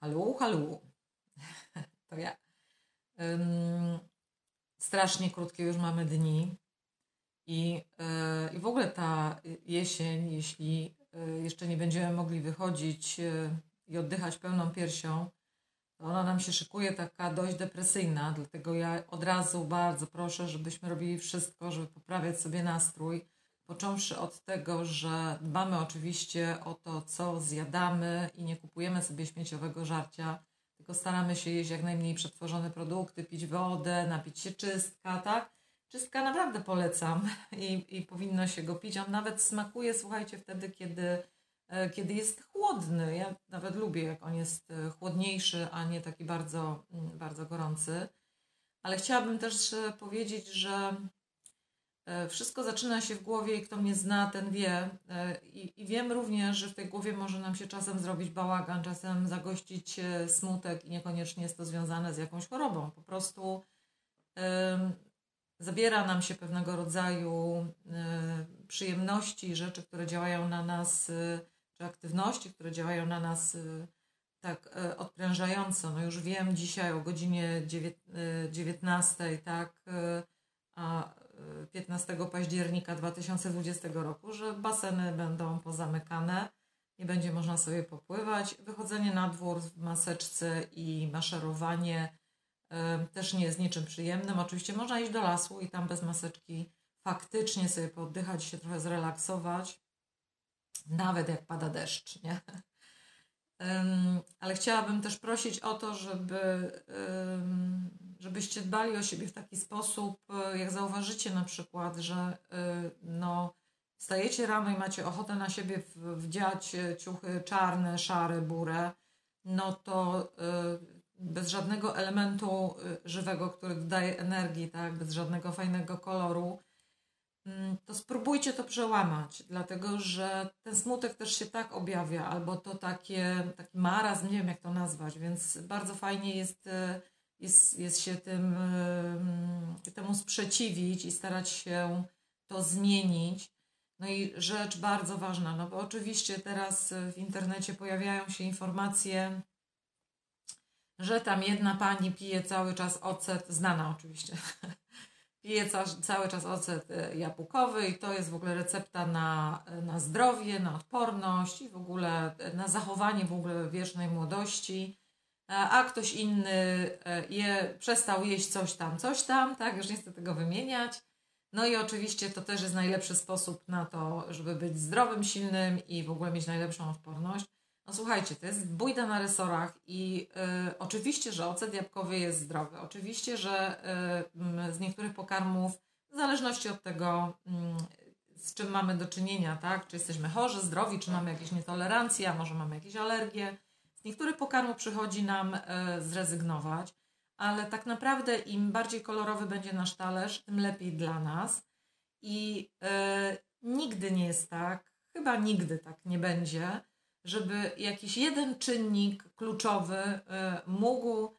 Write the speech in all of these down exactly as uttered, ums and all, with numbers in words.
Halu, halu. To ja. Ym, strasznie krótkie już mamy dni i, yy, i w ogóle ta jesień, jeśli yy, jeszcze nie będziemy mogli wychodzić yy, i oddychać pełną piersią, to ona nam się szykuje taka dość depresyjna, dlatego ja od razu bardzo proszę, żebyśmy robili wszystko, żeby poprawiać sobie nastrój, począwszy od tego, że dbamy oczywiście o to, co zjadamy i nie kupujemy sobie śmieciowego żarcia, tylko staramy się jeść jak najmniej przetworzone produkty, pić wodę, napić się czystka, tak? Czystka naprawdę polecam i, i powinno się go pić. On nawet smakuje, słuchajcie, wtedy, kiedy, kiedy jest chłodny. Ja nawet lubię, jak on jest chłodniejszy, a nie taki bardzo, bardzo gorący. Ale chciałabym też powiedzieć, że wszystko zaczyna się w głowie i kto mnie zna, ten wie. I, I wiem również, że w tej głowie może nam się czasem zrobić bałagan, czasem zagościć smutek i niekoniecznie jest to związane z jakąś chorobą. Po prostu um, zabiera nam się pewnego rodzaju um, przyjemności, rzeczy, które działają na nas, czy aktywności, które działają na nas um, tak um, odprężająco. No już wiem, dzisiaj o godzinie dziewiętnastej, tak, a piętnastego października dwa tysiące dwudziestego roku, że baseny będą pozamykane, nie będzie można sobie popływać. Wychodzenie na dwór w maseczce i maszerowanie y, też nie jest niczym przyjemnym. Oczywiście można iść do lasu i tam bez maseczki faktycznie sobie pooddychać, się trochę zrelaksować, nawet jak pada deszcz, nie? Um, ale chciałabym też prosić o to, żeby, um, żebyście dbali o siebie w taki sposób, jak zauważycie na przykład, że y, no, wstajecie rano i macie ochotę na siebie wdziać ciuchy czarne, szare, burę, no to y, bez żadnego elementu żywego, który dodaje energii, tak, bez żadnego fajnego koloru, to spróbujcie to przełamać, dlatego że ten smutek też się tak objawia, albo to takie, taki marazm, nie wiem jak to nazwać, więc bardzo fajnie jest, jest, jest się tym, temu sprzeciwić i starać się to zmienić. No i rzecz bardzo ważna, no bo oczywiście teraz w internecie pojawiają się informacje, że tam jedna pani pije cały czas ocet, znana oczywiście, pije ca cały czas ocet jabłkowy i to jest w ogóle recepta na, na zdrowie, na odporność i w ogóle na zachowanie w ogóle wiecznej młodości. A ktoś inny je, przestał jeść coś tam, coś tam, tak, już nie chcę tego wymieniać. No i oczywiście to też jest najlepszy sposób na to, żeby być zdrowym, silnym i w ogóle mieć najlepszą odporność. No słuchajcie, to jest bójda na resorach i y, oczywiście, że ocet jabłkowy jest zdrowy. Oczywiście, że y, z niektórych pokarmów, w zależności od tego, y, z czym mamy do czynienia, tak? Czy jesteśmy chorzy, zdrowi, czy mamy jakieś nietolerancje, a może mamy jakieś alergie. Z niektórych pokarmów przychodzi nam y, zrezygnować, ale tak naprawdę im bardziej kolorowy będzie nasz talerz, tym lepiej dla nas. I y, nigdy nie jest tak, chyba nigdy tak nie będzie, żeby jakiś jeden czynnik kluczowy mógł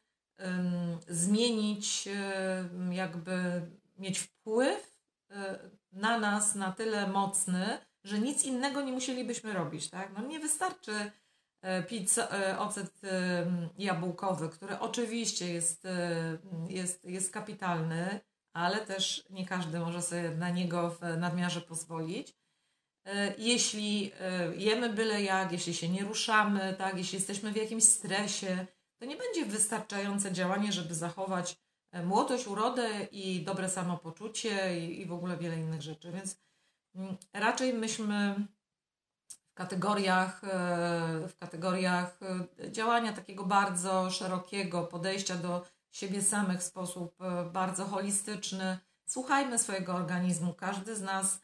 zmienić, jakby mieć wpływ na nas na tyle mocny, że nic innego nie musielibyśmy robić, tak? No nie wystarczy pić ocet jabłkowy, który oczywiście jest, jest, jest kapitalny, ale też nie każdy może sobie na niego w nadmiarze pozwolić. Jeśli jemy byle jak, jeśli się nie ruszamy, tak, jeśli jesteśmy w jakimś stresie, to nie będzie wystarczające działanie, żeby zachować młodość, urodę i dobre samopoczucie i, i w ogóle wiele innych rzeczy. Więc raczej myślmy w kategoriach, w kategoriach działania takiego bardzo szerokiego, podejścia do siebie samych w sposób bardzo holistyczny. Słuchajmy swojego organizmu. Każdy z nas,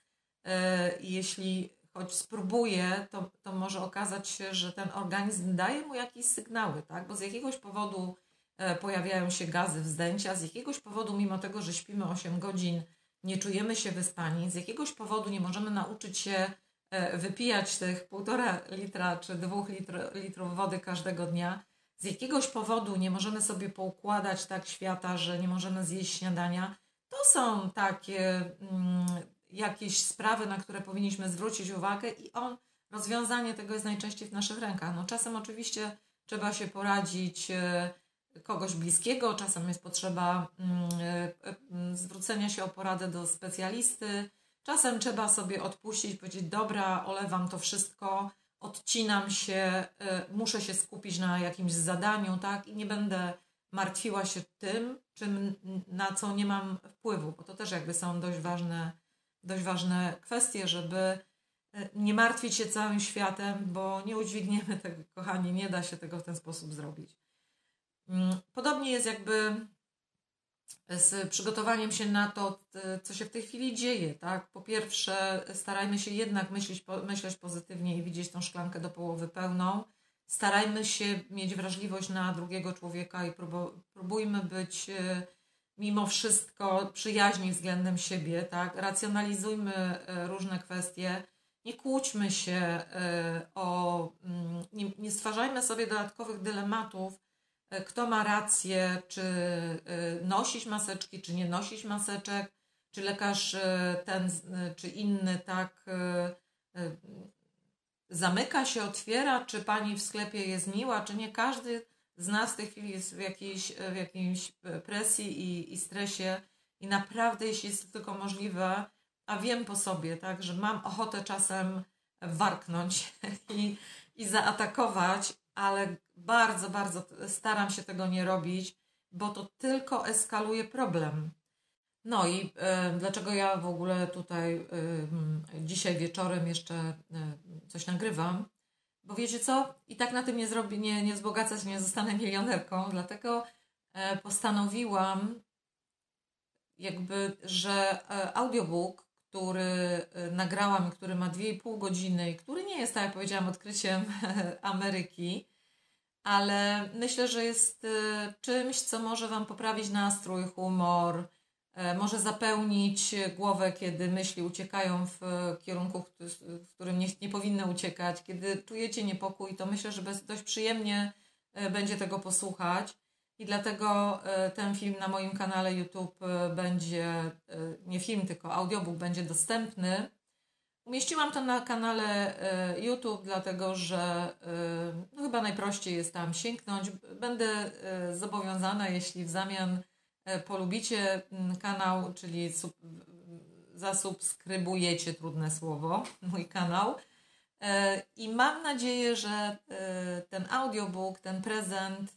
jeśli choć spróbuje, to, to może okazać się, że ten organizm daje mu jakieś sygnały, tak? Bo z jakiegoś powodu pojawiają się gazy, wzdęcia, z jakiegoś powodu, mimo tego, że śpimy osiem godzin, nie czujemy się wyspani, z jakiegoś powodu nie możemy nauczyć się wypijać tych półtora litra czy dwóch litr, litrów wody każdego dnia, z jakiegoś powodu nie możemy sobie poukładać tak świata, że nie możemy zjeść śniadania. To są takie mm, jakieś sprawy, na które powinniśmy zwrócić uwagę i on, rozwiązanie tego jest najczęściej w naszych rękach. No czasem oczywiście trzeba się poradzić kogoś bliskiego, czasem jest potrzeba zwrócenia się o poradę do specjalisty, czasem trzeba sobie odpuścić, powiedzieć: dobra, olewam to wszystko, odcinam się, muszę się skupić na jakimś zadaniu, tak, i nie będę martwiła się tym, czym, na co nie mam wpływu, bo to też jakby są dość ważne, dość ważne kwestie, żeby nie martwić się całym światem, bo nie udźwigniemy tego, kochani, nie da się tego w ten sposób zrobić. Podobnie jest jakby z przygotowaniem się na to, co się w tej chwili dzieje, tak? Po pierwsze, starajmy się jednak myśleć, myśleć pozytywnie i widzieć tą szklankę do połowy pełną. Starajmy się mieć wrażliwość na drugiego człowieka i próbujmy być mimo wszystko przyjaźni względem siebie, tak? Racjonalizujmy różne kwestie. Nie kłóćmy się o... Nie, nie stwarzajmy sobie dodatkowych dylematów, kto ma rację, czy nosić maseczki, czy nie nosić maseczek, czy lekarz ten, czy inny tak zamyka się, otwiera, czy pani w sklepie jest miła, czy nie. Każdy z nas w tej chwili jest w jakiejś, w jakiejś presji i, i stresie i naprawdę, jeśli jest to tylko możliwe, a wiem po sobie, tak, że mam ochotę czasem warknąć i, i zaatakować, ale bardzo, bardzo staram się tego nie robić, bo to tylko eskaluje problem. No i y, dlaczego ja w ogóle tutaj y, y, dzisiaj wieczorem jeszcze y, coś nagrywam? Bo wiecie co? I tak na tym nie zrobię, nie, nie wzbogacę się, nie zostanę milionerką, dlatego y, postanowiłam jakby, że y, audiobook, który y, nagrałam, który ma dwie i pół godziny i który nie jest, tak jak powiedziałam, odkryciem Ameryki, ale myślę, że jest czymś, co może Wam poprawić nastrój, humor, może zapełnić głowę, kiedy myśli uciekają w kierunku, w którym nie, nie powinny uciekać. Kiedy czujecie niepokój, to myślę, że dość przyjemnie będzie tego posłuchać. I dlatego ten film na moim kanale YouTube będzie, nie film, tylko audiobook będzie dostępny. Umieściłam to na kanale YouTube, dlatego że no, chyba najprościej jest tam sięgnąć. Będę zobowiązana, jeśli w zamian polubicie kanał, czyli sub, zasubskrybujecie, trudne słowo, mój kanał. I mam nadzieję, że ten audiobook, ten prezent,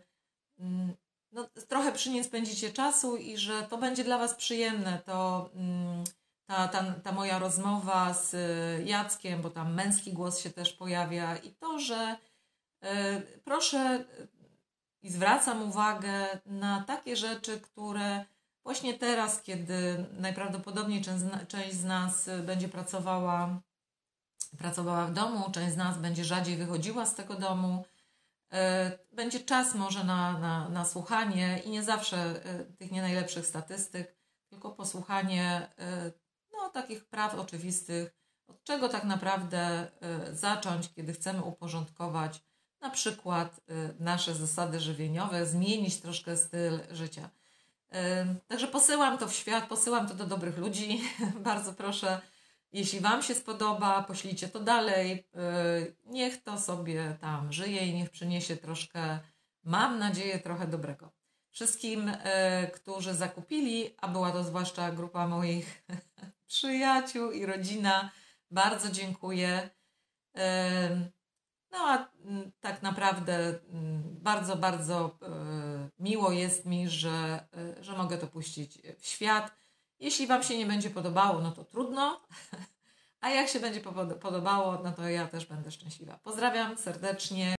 no, trochę przy nim spędzicie czasu i że to będzie dla Was przyjemne. To Ta, ta, ta moja rozmowa z Jackiem, bo tam męski głos się też pojawia i to, że y, proszę i zwracam uwagę na takie rzeczy, które właśnie teraz, kiedy najprawdopodobniej część, część z nas będzie pracowała, pracowała w domu, część z nas będzie rzadziej wychodziła z tego domu, y, będzie czas może na, na, na słuchanie i nie zawsze y, tych nie najlepszych statystyk, tylko posłuchanie y, no, takich praw oczywistych, od czego tak naprawdę y, zacząć, kiedy chcemy uporządkować na przykład y, nasze zasady żywieniowe, zmienić troszkę styl życia. Y, także posyłam to w świat, posyłam to do dobrych ludzi. Bardzo proszę, jeśli Wam się spodoba, poślijcie to dalej. Y, niech to sobie tam żyje i niech przyniesie troszkę, mam nadzieję, trochę dobrego. Wszystkim, y, którzy zakupili, a była to zwłaszcza grupa moich przyjaciół i rodzina, bardzo dziękuję. No a tak naprawdę bardzo, bardzo miło jest mi, że, że mogę to puścić w świat. Jeśli Wam się nie będzie podobało, no to trudno, a jak się będzie podobało, no to ja też będę szczęśliwa. Pozdrawiam serdecznie.